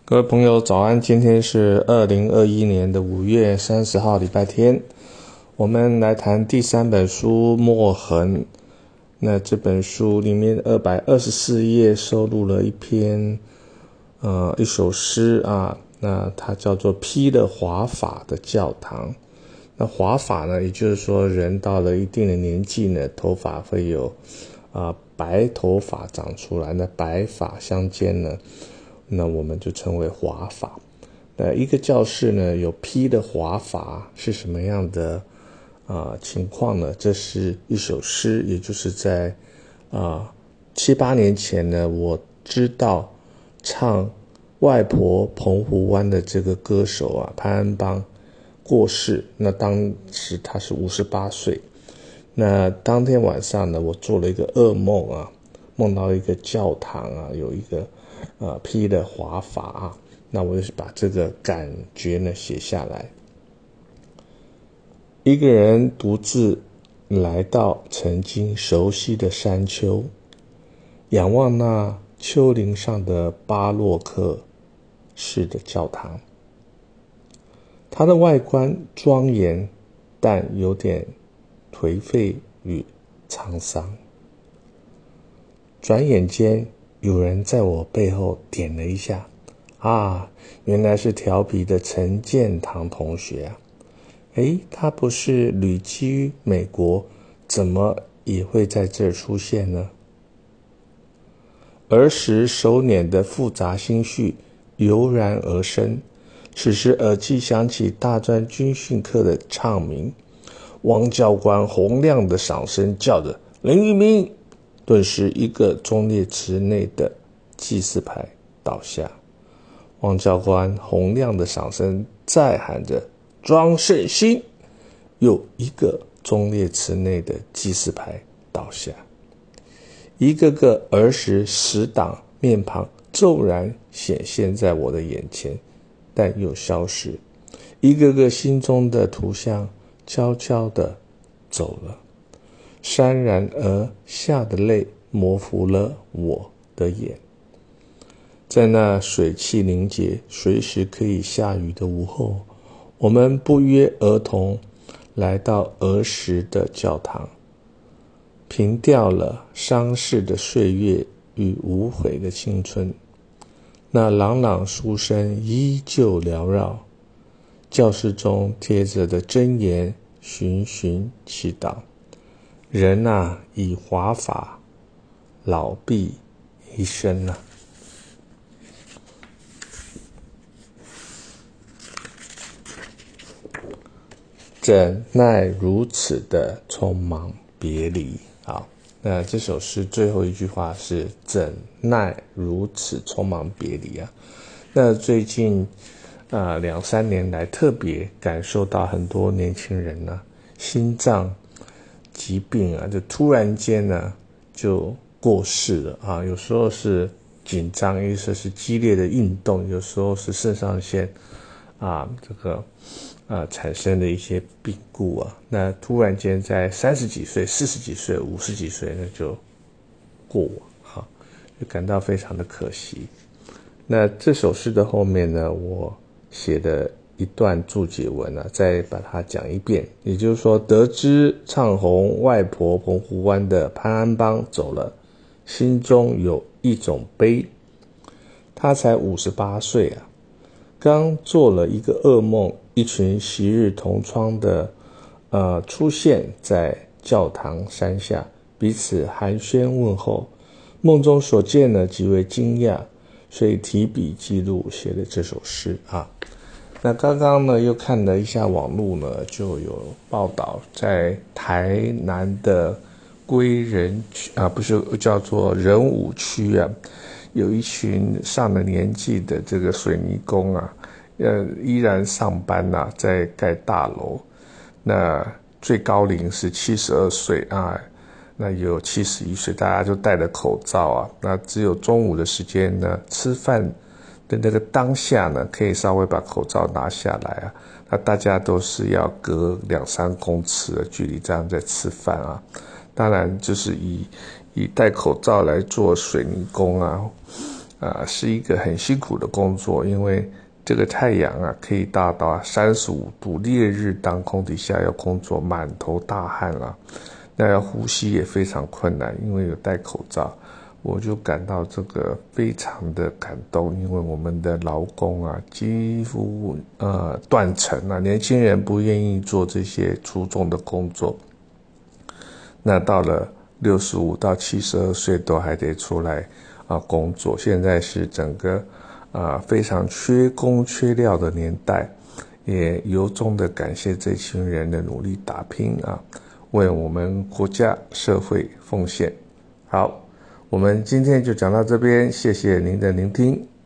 各位朋友早安，今天是2021年的5月30号礼拜天，我们来谈第3本书《墨痕》。那这本书里面224页收录了一首诗啊，那它叫做披了华发的教堂。那华发呢，也就是说人到了一定的年纪呢，头发会有白头发长出来，那白发相间呢，那我们就称为华发。那一个教室呢有披的华发是什么样的情况呢？这是一首诗，也就是在7、8年前呢，我知道唱外婆澎湖湾的这个歌手潘安邦过世，那当时他是58岁。那当天晚上呢，我做了一个噩梦梦到一个教堂有一个披了华发那我就把这个感觉呢写下来。一个人独自来到曾经熟悉的山丘，仰望那丘陵上的巴洛克式的教堂，它的外观庄严，但有点颓废与沧桑。转眼间有人在我背后点了一下，原来是调皮的陈建堂同学他不是旅居美国，怎么也会在这儿出现呢？儿时熟稔的复杂心绪油然而生，此时耳机响起大专军训课的唱名，王教官洪亮的嗓声叫着林玉明，顿时一个忠烈祠内的祭祀牌倒下。王教官洪亮的嗓声再喊着庄胜兴，又一个忠烈祠内的祭祀牌倒下。一个个儿时死党面庞骤然显现在我的眼前，但又消失，一个个心中的图像悄悄地走了，潸然而下的泪模糊了我的眼。在那水汽凝结、随时可以下雨的午后，我们不约而同来到儿时的教堂，凭吊了伤逝的岁月与无悔的青春。那朗朗书声依旧缭绕，教室中贴着的箴言循循祈祷。人以华发老毕一生怎奈如此的匆忙别离。好，那这首诗最后一句话是怎奈如此匆忙别离那最近2、3年来特别感受到很多年轻人心脏疾病就突然间就过世了有时候是紧张，有时候是激烈的运动，有时候是肾上腺产生的一些病故那突然间在30几岁、40几岁、50几岁就过往就感到非常的可惜。那这首诗的后面呢，我写的一段注解文再把它讲一遍。也就是说，得知唱红外婆澎湖湾的潘安邦走了，心中有一种悲。他才58岁刚做了一个噩梦，一群昔日同窗的出现在教堂山下，彼此寒暄问候。梦中所见呢，极为惊讶，所以提笔记录写了这首诗那刚刚呢又看了一下网络呢，就有报道在台南的归仁区不是叫做仁武区有一群上了年纪的这个水泥工依然上班在盖大楼。那最高龄是72岁那有71岁，大家就戴着口罩那只有中午的时间呢，吃饭的那个当下呢，可以稍微把口罩拿下来那大家都是要隔2-3公尺的距离这样在吃饭当然就是以戴口罩来做水泥工是一个很辛苦的工作，因为这个太阳可以达到35度，烈日当空底下要工作，满头大汗那要呼吸也非常困难，因为有戴口罩。我就感到这个非常的感动，因为我们的劳工几乎断层年轻人不愿意做这些粗重的工作，那到了65到72岁都还得出来工作。现在是整个非常缺工缺料的年代，也由衷的感谢这群人的努力打拼为我们国家社会奉献。好，我们今天就讲到这边，谢谢您的聆听。